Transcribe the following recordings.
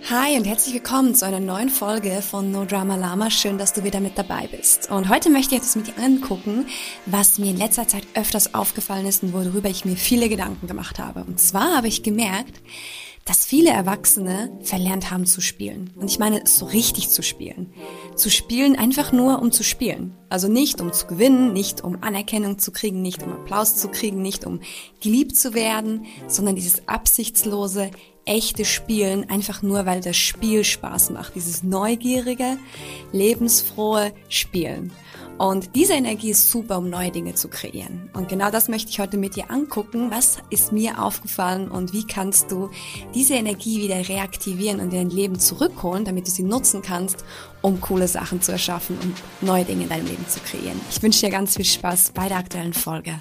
Hi und herzlich willkommen zu einer neuen Folge von No Drama Lama. Schön, dass du wieder mit dabei bist. Und heute möchte ich etwas mit dir angucken, was mir in letzter Zeit öfters aufgefallen ist und worüber ich mir viele Gedanken gemacht habe. Und zwar habe ich gemerkt, dass viele Erwachsene verlernt haben zu spielen. Und ich meine, so richtig zu spielen. Zu spielen einfach nur, um zu spielen. Also nicht, um zu gewinnen, nicht, um Anerkennung zu kriegen, nicht, um Applaus zu kriegen, nicht, um geliebt zu werden, sondern dieses absichtslose, echte Spielen, einfach nur, weil das Spiel Spaß macht. Dieses neugierige, lebensfrohe Spielen. Und diese Energie ist super, um neue Dinge zu kreieren. Und genau das möchte ich heute mit dir angucken. Was ist mir aufgefallen und wie kannst du diese Energie wieder reaktivieren und in dein Leben zurückholen, damit du sie nutzen kannst, um coole Sachen zu erschaffen und neue Dinge in deinem Leben zu kreieren. Ich wünsche dir ganz viel Spaß bei der aktuellen Folge.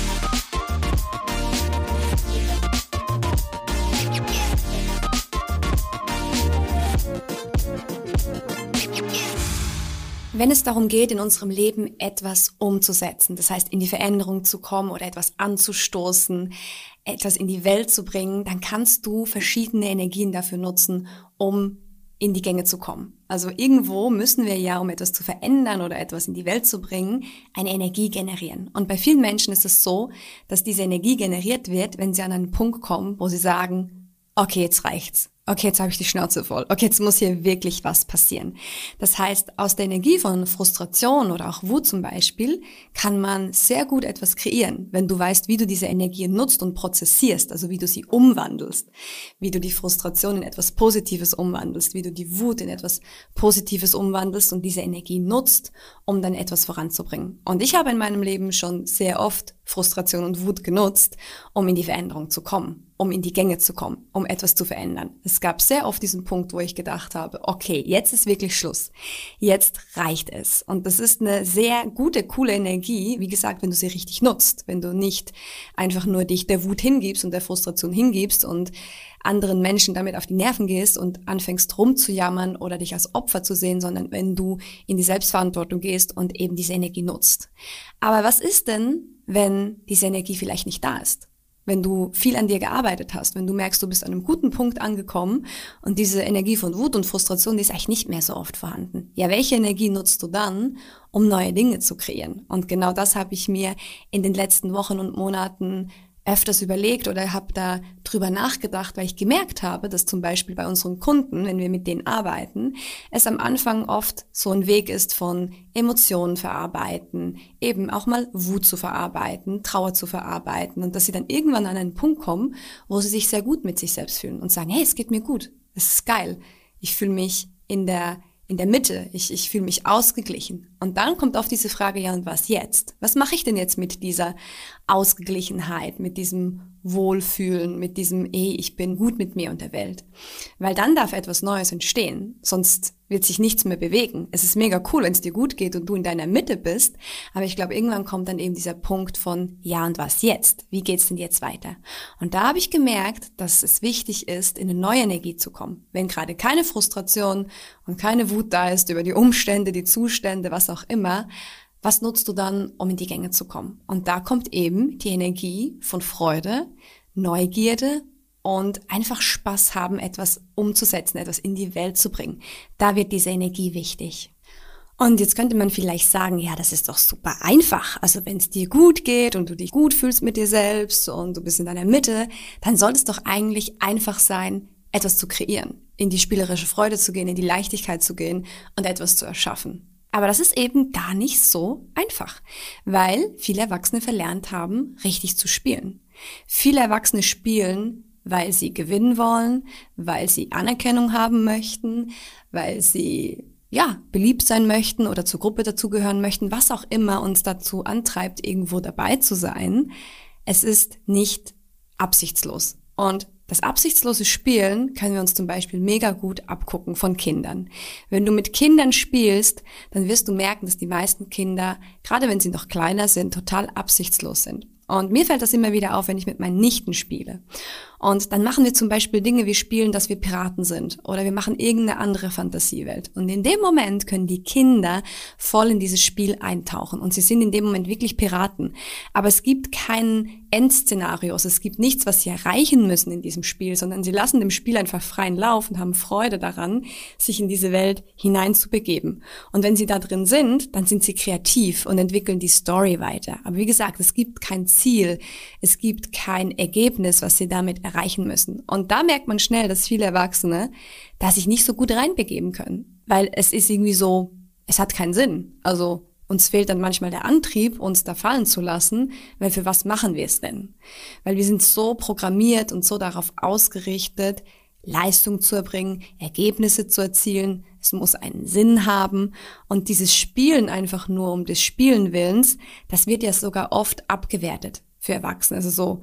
Wenn es darum geht, in unserem Leben etwas umzusetzen, das heißt in die Veränderung zu kommen oder etwas anzustoßen, etwas in die Welt zu bringen, dann kannst du verschiedene Energien dafür nutzen, um in die Gänge zu kommen. Also irgendwo müssen wir ja, um etwas zu verändern oder etwas in die Welt zu bringen, eine Energie generieren. Und bei vielen Menschen ist es so, dass diese Energie generiert wird, wenn sie an einen Punkt kommen, wo sie sagen, okay, jetzt reicht's. Okay, jetzt habe ich die Schnauze voll. Okay, jetzt muss hier wirklich was passieren. Das heißt, aus der Energie von Frustration oder auch Wut zum Beispiel kann man sehr gut etwas kreieren, wenn du weißt, wie du diese Energie nutzt und prozessierst, also wie du sie umwandelst, wie du die Frustration in etwas Positives umwandelst, wie du die Wut in etwas Positives umwandelst und diese Energie nutzt, um dann etwas voranzubringen. Und ich habe in meinem Leben schon sehr oft Frustration und Wut genutzt, um in die Veränderung zu kommen, um in die Gänge zu kommen, um etwas zu verändern. Es gab sehr oft diesen Punkt, wo ich gedacht habe, okay, jetzt ist wirklich Schluss. Jetzt reicht es. Und das ist eine sehr gute, coole Energie, wie gesagt, wenn du sie richtig nutzt, wenn du nicht einfach nur dich der Wut hingibst und der Frustration hingibst und anderen Menschen damit auf die Nerven gehst und anfängst rumzujammern oder dich als Opfer zu sehen, sondern wenn du in die Selbstverantwortung gehst und eben diese Energie nutzt. Aber was ist denn, wenn diese Energie vielleicht nicht da ist? Wenn du viel an dir gearbeitet hast, wenn du merkst, du bist an einem guten Punkt angekommen und diese Energie von Wut und Frustration, die ist eigentlich nicht mehr so oft vorhanden. Ja, welche Energie nutzt du dann, um neue Dinge zu kreieren? Und genau das habe ich mir in den letzten Wochen und Monaten öfters überlegt oder habe da drüber nachgedacht, weil ich gemerkt habe, dass zum Beispiel bei unseren Kunden, wenn wir mit denen arbeiten, es am Anfang oft so ein Weg ist von Emotionen verarbeiten, eben auch mal Wut zu verarbeiten, Trauer zu verarbeiten und dass sie dann irgendwann an einen Punkt kommen, wo sie sich sehr gut mit sich selbst fühlen und sagen, hey, es geht mir gut, es ist geil, ich fühle mich in der Mitte, ich fühle mich ausgeglichen. Und dann kommt oft diese Frage, ja und was jetzt? Was mache ich denn jetzt mit dieser Ausgeglichenheit, mit diesem Wohlfühlen, mit diesem, ich bin gut mit mir und der Welt? Weil dann darf etwas Neues entstehen, sonst wird sich nichts mehr bewegen. Es ist mega cool, wenn es dir gut geht und du in deiner Mitte bist, aber ich glaube, irgendwann kommt dann eben dieser Punkt von, ja und was jetzt? Wie geht's denn jetzt weiter? Und da habe ich gemerkt, dass es wichtig ist, in eine neue Energie zu kommen. Wenn gerade keine Frustration und keine Wut da ist über die Umstände, die Zustände, was auch immer, was nutzt du dann, um in die Gänge zu kommen? Und da kommt eben die Energie von Freude, Neugierde und einfach Spaß haben, etwas umzusetzen, etwas in die Welt zu bringen. Da wird diese Energie wichtig. Und jetzt könnte man vielleicht sagen, ja, das ist doch super einfach. Also wenn es dir gut geht und du dich gut fühlst mit dir selbst und du bist in deiner Mitte, dann sollte es doch eigentlich einfach sein, etwas zu kreieren, in die spielerische Freude zu gehen, in die Leichtigkeit zu gehen und etwas zu erschaffen. Aber das ist eben gar nicht so einfach, weil viele Erwachsene verlernt haben, richtig zu spielen. Viele Erwachsene spielen, weil sie gewinnen wollen, weil sie Anerkennung haben möchten, weil sie beliebt sein möchten oder zur Gruppe dazugehören möchten, was auch immer uns dazu antreibt, irgendwo dabei zu sein. Es ist nicht absichtslos. Und das absichtslose Spielen können wir uns zum Beispiel mega gut abgucken von Kindern. Wenn du mit Kindern spielst, dann wirst du merken, dass die meisten Kinder, gerade wenn sie noch kleiner sind, total absichtslos sind. Und mir fällt das immer wieder auf, wenn ich mit meinen Nichten spiele. Und dann machen wir zum Beispiel Dinge wie spielen, dass wir Piraten sind oder wir machen irgendeine andere Fantasiewelt. Und in dem Moment können die Kinder voll in dieses Spiel eintauchen und sie sind in dem Moment wirklich Piraten. Aber es gibt keinen Endszenarios. Es gibt nichts, was sie erreichen müssen in diesem Spiel, sondern sie lassen dem Spiel einfach freien Lauf und haben Freude daran, sich in diese Welt hineinzubegeben. Und wenn sie da drin sind, dann sind sie kreativ und entwickeln die Story weiter. Aber wie gesagt, es gibt kein Ziel, es gibt kein Ergebnis, was sie damit erreichen müssen. Und da merkt man schnell, dass viele Erwachsene da sich nicht so gut reinbegeben können, weil es ist irgendwie so, es hat keinen Sinn. Also uns fehlt dann manchmal der Antrieb, uns da fallen zu lassen, weil für was machen wir es denn? Weil wir sind so programmiert und so darauf ausgerichtet, Leistung zu erbringen, Ergebnisse zu erzielen. Es muss einen Sinn haben. Und dieses Spielen einfach nur um des Spielen Willens, das wird ja sogar oft abgewertet für Erwachsene. Also so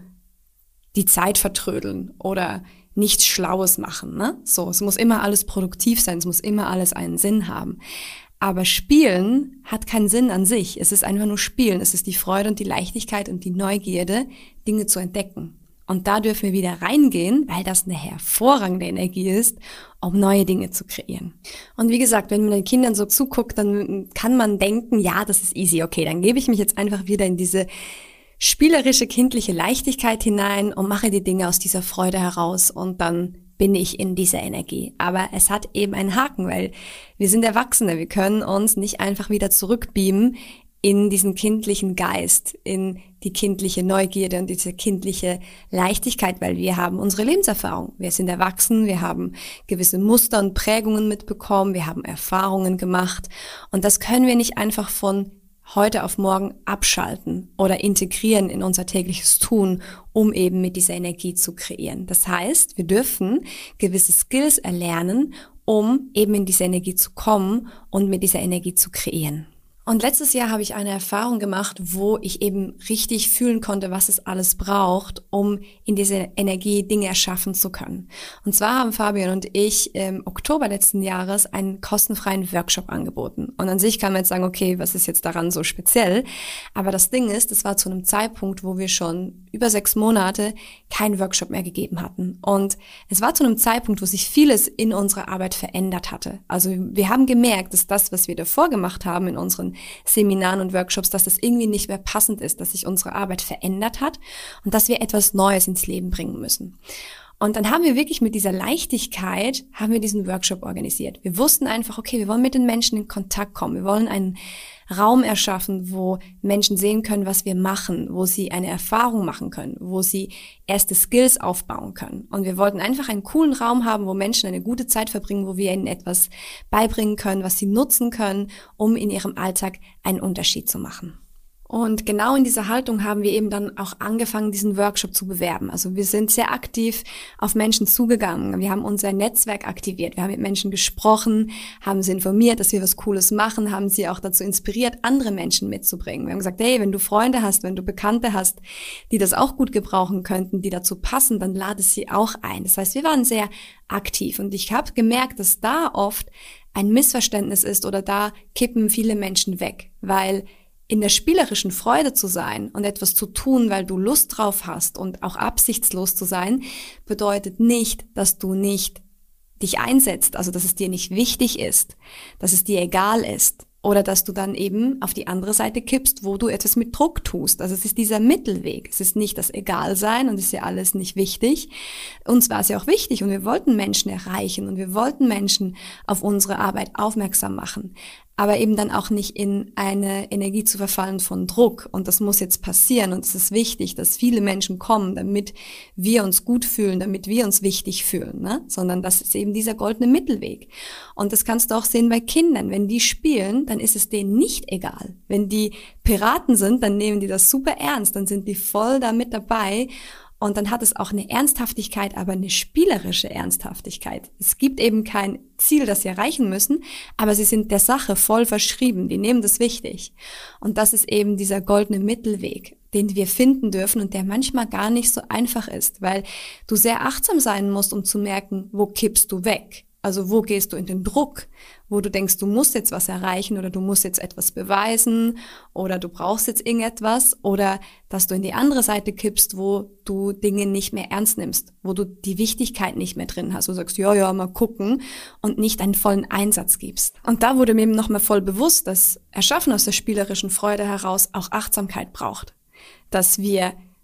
die Zeit vertrödeln oder nichts Schlaues machen, ne? So, es muss immer alles produktiv sein, es muss immer alles einen Sinn haben. Aber Spielen hat keinen Sinn an sich. Es ist einfach nur Spielen. Es ist die Freude und die Leichtigkeit und die Neugierde, Dinge zu entdecken. Und da dürfen wir wieder reingehen, weil das eine hervorragende Energie ist, um neue Dinge zu kreieren. Und wie gesagt, wenn man den Kindern so zuguckt, dann kann man denken, ja, das ist easy, okay, dann gebe ich mich jetzt einfach wieder in diese spielerische, kindliche Leichtigkeit hinein und mache die Dinge aus dieser Freude heraus und dann bin ich in dieser Energie. Aber es hat eben einen Haken, weil wir sind Erwachsene. Wir können uns nicht einfach wieder zurückbeamen in diesen kindlichen Geist, in die kindliche Neugierde und diese kindliche Leichtigkeit, weil wir haben unsere Lebenserfahrung. Wir sind erwachsen, wir haben gewisse Muster und Prägungen mitbekommen, wir haben Erfahrungen gemacht und das können wir nicht einfach von heute auf morgen abschalten oder integrieren in unser tägliches Tun, um eben mit dieser Energie zu kreieren. Das heißt, wir dürfen gewisse Skills erlernen, um eben in diese Energie zu kommen und mit dieser Energie zu kreieren. Und letztes Jahr habe ich eine Erfahrung gemacht, wo ich eben richtig fühlen konnte, was es alles braucht, um in diese Energie Dinge erschaffen zu können. Und zwar haben Fabian und ich im Oktober letzten Jahres einen kostenfreien Workshop angeboten. Und an sich kann man jetzt sagen, okay, was ist jetzt daran so speziell? Aber das Ding ist, es war zu einem Zeitpunkt, wo wir schon über 6 Monate keinen Workshop mehr gegeben hatten. Und es war zu einem Zeitpunkt, wo sich vieles in unserer Arbeit verändert hatte. Also wir haben gemerkt, dass das, was wir davor gemacht haben in unseren Seminaren und Workshops, dass das irgendwie nicht mehr passend ist, dass sich unsere Arbeit verändert hat und dass wir etwas Neues ins Leben bringen müssen. Und dann haben wir wirklich mit dieser Leichtigkeit, haben wir diesen Workshop organisiert. Wir wussten einfach, okay, wir wollen mit den Menschen in Kontakt kommen. Wir wollen einen Raum erschaffen, wo Menschen sehen können, was wir machen, wo sie eine Erfahrung machen können, wo sie erste Skills aufbauen können. Und wir wollten einfach einen coolen Raum haben, wo Menschen eine gute Zeit verbringen, wo wir ihnen etwas beibringen können, was sie nutzen können, um in ihrem Alltag einen Unterschied zu machen. Und genau in dieser Haltung haben wir eben dann auch angefangen, diesen Workshop zu bewerben. Also wir sind sehr aktiv auf Menschen zugegangen. Wir haben unser Netzwerk aktiviert. Wir haben mit Menschen gesprochen, haben sie informiert, dass wir was Cooles machen, haben sie auch dazu inspiriert, andere Menschen mitzubringen. Wir haben gesagt, hey, wenn du Freunde hast, wenn du Bekannte hast, die das auch gut gebrauchen könnten, die dazu passen, dann lade sie auch ein. Das heißt, wir waren sehr aktiv und ich habe gemerkt, dass da oft ein Missverständnis ist oder da kippen viele Menschen weg, weil in der spielerischen Freude zu sein und etwas zu tun, weil du Lust drauf hast und auch absichtslos zu sein, bedeutet nicht, dass du nicht dich einsetzt, also dass es dir nicht wichtig ist, dass es dir egal ist oder dass du dann eben auf die andere Seite kippst, wo du etwas mit Druck tust. Also es ist dieser Mittelweg. Es ist nicht das Egalsein und es ist ja alles nicht wichtig. Uns war es ja auch wichtig und wir wollten Menschen erreichen und wir wollten Menschen auf unsere Arbeit aufmerksam machen. Aber eben dann auch nicht in eine Energie zu verfallen von Druck. Und das muss jetzt passieren. Und es ist wichtig, dass viele Menschen kommen, damit wir uns gut fühlen, damit wir uns wichtig fühlen, ne? Sondern das ist eben dieser goldene Mittelweg. Und das kannst du auch sehen bei Kindern. Wenn die spielen, dann ist es denen nicht egal. Wenn die Piraten sind, dann nehmen die das super ernst. Dann sind die voll da mit dabei. Und dann hat es auch eine Ernsthaftigkeit, aber eine spielerische Ernsthaftigkeit. Es gibt eben kein Ziel, das sie erreichen müssen, aber sie sind der Sache voll verschrieben. Die nehmen das wichtig. Und das ist eben dieser goldene Mittelweg, den wir finden dürfen und der manchmal gar nicht so einfach ist, weil du sehr achtsam sein musst, um zu merken, wo kippst du weg? Also wo gehst du in den Druck, wo du denkst, du musst jetzt was erreichen oder du musst jetzt etwas beweisen oder du brauchst jetzt irgendetwas oder dass du in die andere Seite kippst, wo du Dinge nicht mehr ernst nimmst, wo du die Wichtigkeit nicht mehr drin hast. Du sagst, ja, mal gucken und nicht einen vollen Einsatz gibst. Und da wurde mir eben nochmal voll bewusst, dass Erschaffen aus der spielerischen Freude heraus auch Achtsamkeit braucht. Dass wir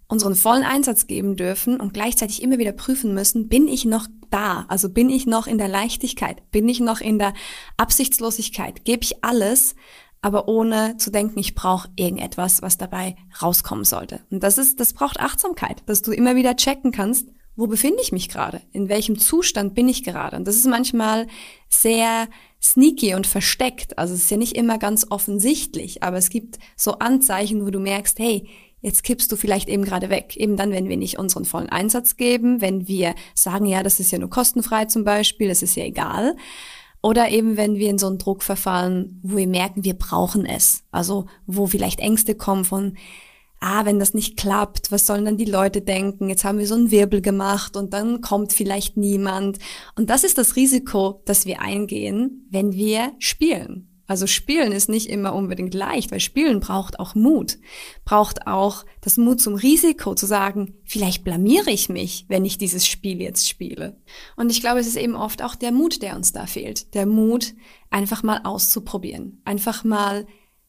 unseren vollen Einsatz geben dürfen und gleichzeitig immer wieder prüfen müssen, bin ich noch da? Also bin ich noch in der Leichtigkeit? Bin ich noch in der Absichtslosigkeit? Gebe ich alles, aber ohne zu denken, ich brauche irgendetwas, was dabei rauskommen sollte. Und das braucht Achtsamkeit, dass du immer wieder checken kannst, wo befinde ich mich gerade? In welchem Zustand bin ich gerade? Und das ist manchmal sehr sneaky und versteckt. Also es ist ja nicht immer ganz offensichtlich, aber es gibt so Anzeichen, wo du merkst, hey, jetzt kippst du vielleicht eben gerade weg. Eben dann, wenn wir nicht unseren vollen Einsatz geben, wenn wir sagen, ja, das ist ja nur kostenfrei zum Beispiel, das ist ja egal. Oder eben, wenn wir in so einen Druck verfallen, wo wir merken, wir brauchen es. Also wo vielleicht Ängste kommen von, wenn das nicht klappt, was sollen dann die Leute denken? Jetzt haben wir so einen Wirbel gemacht und dann kommt vielleicht niemand. Und das ist das Risiko, das wir eingehen, wenn wir spielen. Also Spielen ist nicht immer unbedingt leicht, weil Spielen braucht auch Mut, braucht auch das Mut zum Risiko, zu sagen, vielleicht blamiere ich mich, wenn ich dieses Spiel jetzt spiele. Und ich glaube, es ist eben oft auch der Mut, der uns da fehlt. Der Mut, einfach mal auszuprobieren, einfach mal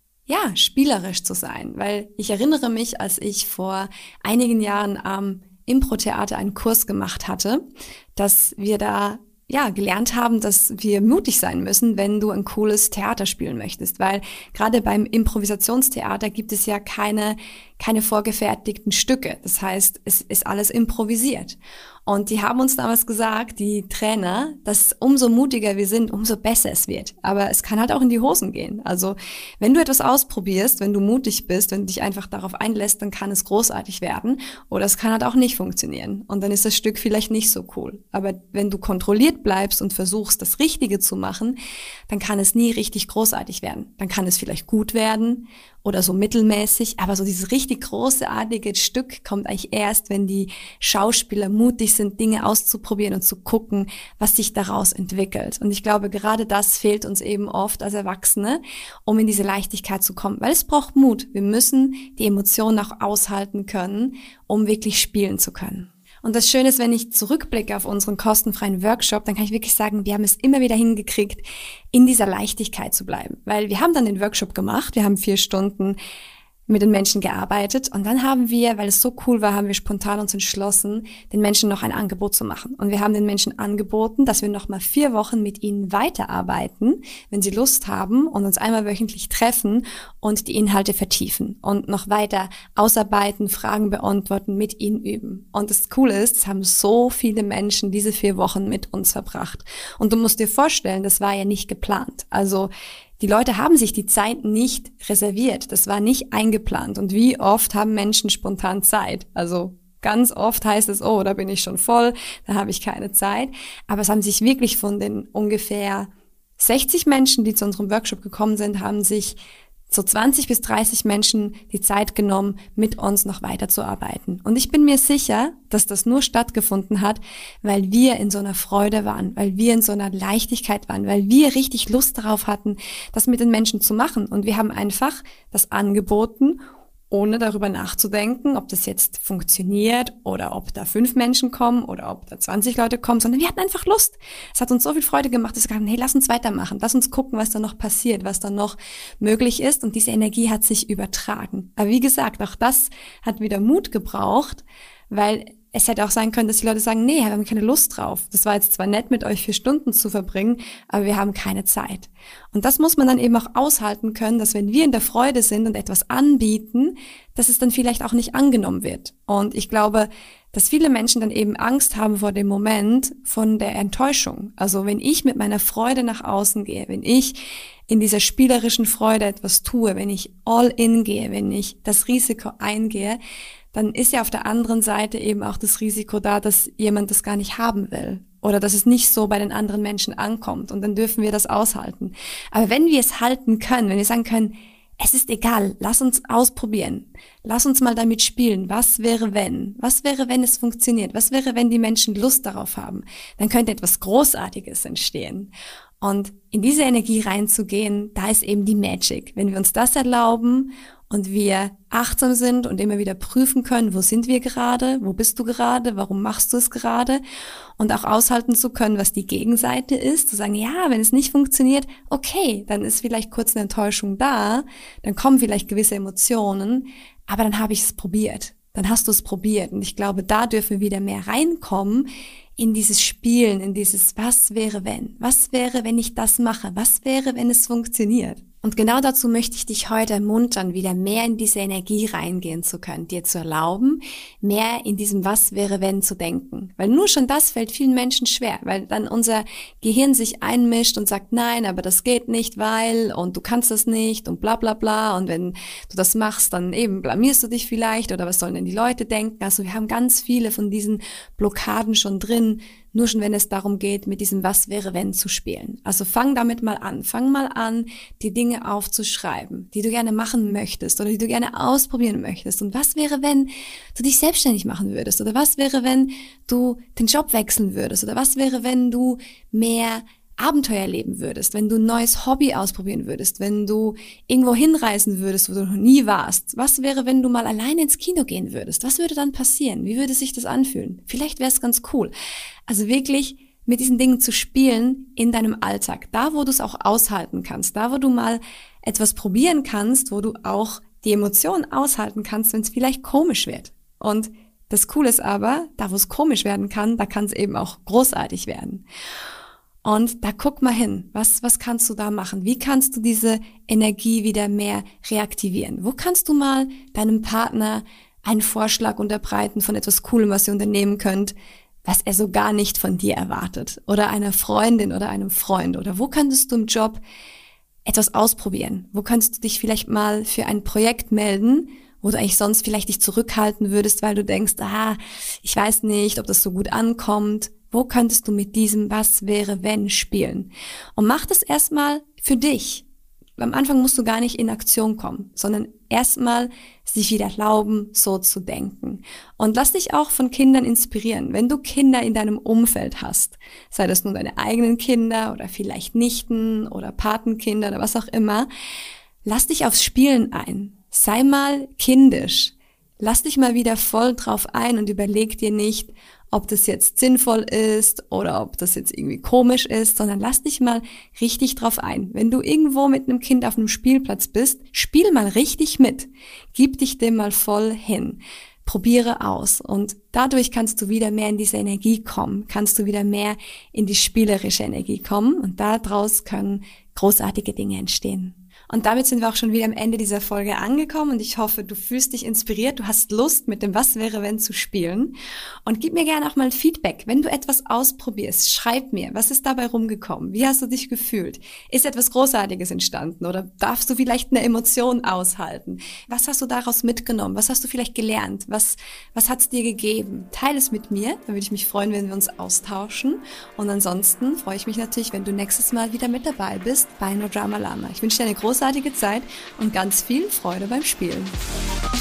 spielerisch zu sein, weil ich erinnere mich, als ich vor einigen Jahren am Impro-Theater einen Kurs gemacht hatte, dass wir da gelernt haben, dass wir mutig sein müssen, wenn du ein cooles Theater spielen möchtest, weil gerade beim Improvisationstheater gibt es ja keine vorgefertigten Stücke. Das heißt, es ist alles improvisiert. Und die haben uns damals gesagt, die Trainer, dass umso mutiger wir sind, umso besser es wird. Aber es kann halt auch in die Hosen gehen. Also wenn du etwas ausprobierst, wenn du mutig bist, wenn du dich einfach darauf einlässt, dann kann es großartig werden. Oder es kann halt auch nicht funktionieren. Und dann ist das Stück vielleicht nicht so cool. Aber wenn du kontrolliert bleibst und versuchst, das Richtige zu machen, dann kann es nie richtig großartig werden. Dann kann es vielleicht gut werden oder so mittelmäßig. Aber so dieses richtig großartige Stück kommt eigentlich erst, wenn die Schauspieler mutig sind, Dinge auszuprobieren und zu gucken, was sich daraus entwickelt. Und ich glaube, gerade das fehlt uns eben oft als Erwachsene, um in diese Leichtigkeit zu kommen. Weil es braucht Mut. Wir müssen die Emotionen auch aushalten können, um wirklich spielen zu können. Und das Schöne ist, wenn ich zurückblicke auf unseren kostenfreien Workshop, dann kann ich wirklich sagen, wir haben es immer wieder hingekriegt, in dieser Leichtigkeit zu bleiben. Weil wir haben dann den Workshop gemacht, wir haben 4 Stunden mit den Menschen gearbeitet und dann haben wir, weil es so cool war, haben wir spontan uns entschlossen, den Menschen noch ein Angebot zu machen. Und wir haben den Menschen angeboten, dass wir noch mal 4 Wochen mit ihnen weiterarbeiten, wenn sie Lust haben und uns einmal wöchentlich treffen und die Inhalte vertiefen und noch weiter ausarbeiten, Fragen beantworten, mit ihnen üben. Und das Coole ist, es haben so viele Menschen diese 4 Wochen mit uns verbracht. Und du musst dir vorstellen, das war ja nicht geplant. Also die Leute haben sich die Zeit nicht reserviert. Das war nicht eingeplant. Und wie oft haben Menschen spontan Zeit? Also ganz oft heißt es, oh, da bin ich schon voll, da habe ich keine Zeit. Aber es haben sich wirklich von den ungefähr 60 Menschen, die zu unserem Workshop gekommen sind, haben sich so 20 bis 30 Menschen die Zeit genommen, mit uns noch weiterzuarbeiten. Und ich bin mir sicher, dass das nur stattgefunden hat, weil wir in so einer Freude waren, weil wir in so einer Leichtigkeit waren, weil wir richtig Lust darauf hatten, das mit den Menschen zu machen. Und wir haben einfach das angeboten, ohne darüber nachzudenken, ob das jetzt funktioniert oder ob da 5 Menschen kommen oder ob da 20 Leute kommen, sondern wir hatten einfach Lust. Es hat uns so viel Freude gemacht, dass wir gesagt haben, hey, lass uns weitermachen, lass uns gucken, was da noch passiert, was da noch möglich ist, und diese Energie hat sich übertragen. Aber wie gesagt, auch das hat wieder Mut gebraucht, weil es hätte auch sein können, dass die Leute sagen, nee, wir haben keine Lust drauf. Das war jetzt zwar nett, mit euch 4 Stunden zu verbringen, aber wir haben keine Zeit. Und das muss man dann eben auch aushalten können, dass wenn wir in der Freude sind und etwas anbieten, dass es dann vielleicht auch nicht angenommen wird. Und ich glaube, dass viele Menschen dann eben Angst haben vor dem Moment von der Enttäuschung. Also wenn ich mit meiner Freude nach außen gehe, wenn ich in dieser spielerischen Freude etwas tue, wenn ich all in gehe, wenn ich das Risiko eingehe, dann ist ja auf der anderen Seite eben auch das Risiko da, dass jemand das gar nicht haben will oder dass es nicht so bei den anderen Menschen ankommt, und dann dürfen wir das aushalten. Aber wenn wir es halten können, wenn wir sagen können, es ist egal, lass uns ausprobieren, lass uns mal damit spielen, was wäre, wenn es funktioniert, was wäre, wenn die Menschen Lust darauf haben, dann könnte etwas Großartiges entstehen. Und in diese Energie reinzugehen, da ist eben die Magic. Wenn wir uns das erlauben und wir achtsam sind und immer wieder prüfen können, wo sind wir gerade, wo bist du gerade, warum machst du es gerade, und auch aushalten zu können, was die Gegenseite ist, zu sagen, ja, wenn es nicht funktioniert, okay, dann ist vielleicht kurz eine Enttäuschung da, dann kommen vielleicht gewisse Emotionen, aber dann habe ich es probiert. dann hast du es probiert. Und ich glaube, da dürfen wir wieder mehr reinkommen in dieses Spielen, in dieses Was wäre wenn? Was wäre, wenn ich das mache? Was wäre, wenn es funktioniert? Und genau dazu möchte ich dich heute ermuntern, wieder mehr in diese Energie reingehen zu können, dir zu erlauben, mehr in diesem Was wäre wenn zu denken. Weil nur schon das fällt vielen Menschen schwer, weil dann unser Gehirn sich einmischt und sagt, nein, aber das geht nicht, weil und du kannst das nicht und bla bla bla und wenn du das machst, dann eben blamierst du dich vielleicht oder was sollen denn die Leute denken? Also wir haben ganz viele von diesen Blockaden schon drin, nur schon wenn es darum geht, mit diesem Was wäre wenn zu spielen. Also fang damit mal an. Fang mal an, die Dinge aufzuschreiben, die du gerne machen möchtest oder die du gerne ausprobieren möchtest. Und was wäre, wenn du dich selbstständig machen würdest? Oder was wäre, wenn du den Job wechseln würdest? Oder was wäre, wenn du mehr Abenteuer erleben würdest, wenn du ein neues Hobby ausprobieren würdest, wenn du irgendwo hinreisen würdest, wo du noch nie warst? Was wäre, wenn du mal alleine ins Kino gehen würdest? Was würde dann passieren? Wie würde sich das anfühlen? Vielleicht wäre es ganz cool. Also wirklich mit diesen Dingen zu spielen in deinem Alltag, da wo du es auch aushalten kannst, da wo du mal etwas probieren kannst, wo du auch die Emotionen aushalten kannst, wenn es vielleicht komisch wird. Und das Coole ist aber, da wo es komisch werden kann, da kann es eben auch großartig werden. Und da guck mal hin, was kannst du da machen? Wie kannst du diese Energie wieder mehr reaktivieren? Wo kannst du mal deinem Partner einen Vorschlag unterbreiten von etwas Coolem, was ihr unternehmen könnt, was er so gar nicht von dir erwartet? Oder einer Freundin oder einem Freund? Oder wo könntest du im Job etwas ausprobieren? Wo kannst du dich vielleicht mal für ein Projekt melden, wo du eigentlich sonst vielleicht dich zurückhalten würdest, weil du denkst, ich weiß nicht, ob das so gut ankommt. Wo könntest du mit diesem Was wäre wenn spielen? Und mach das erstmal für dich. Am Anfang musst du gar nicht in Aktion kommen, sondern erstmal sich wieder erlauben, so zu denken. Und lass dich auch von Kindern inspirieren. Wenn du Kinder in deinem Umfeld hast, sei das nun deine eigenen Kinder oder vielleicht Nichten oder Patenkinder oder was auch immer, lass dich aufs Spielen ein. Sei mal kindisch. Lass dich mal wieder voll drauf ein und überleg dir nicht, ob das jetzt sinnvoll ist oder ob das jetzt irgendwie komisch ist, sondern lass dich mal richtig drauf ein. Wenn du irgendwo mit einem Kind auf einem Spielplatz bist, spiel mal richtig mit. Gib dich dem mal voll hin. Probiere aus und dadurch kannst du wieder mehr in diese Energie kommen, kannst du wieder mehr in die spielerische Energie kommen und daraus können großartige Dinge entstehen. Und damit sind wir auch schon wieder am Ende dieser Folge angekommen und ich hoffe, du fühlst dich inspiriert, du hast Lust, mit dem Was wäre wenn zu spielen. Und gib mir gerne auch mal ein Feedback. Wenn du etwas ausprobierst, schreib mir, was ist dabei rumgekommen? Wie hast du dich gefühlt? Ist etwas Großartiges entstanden oder darfst du vielleicht eine Emotion aushalten? Was hast du daraus mitgenommen? Was hast du vielleicht gelernt? Was hat es dir gegeben? Teile es mit mir, dann würde ich mich freuen, wenn wir uns austauschen. Und ansonsten freue ich mich natürlich, wenn du nächstes Mal wieder mit dabei bist bei No Drama Lama. Ich wünsche dir eine großartige Zeit und ganz viel Freude beim Spielen.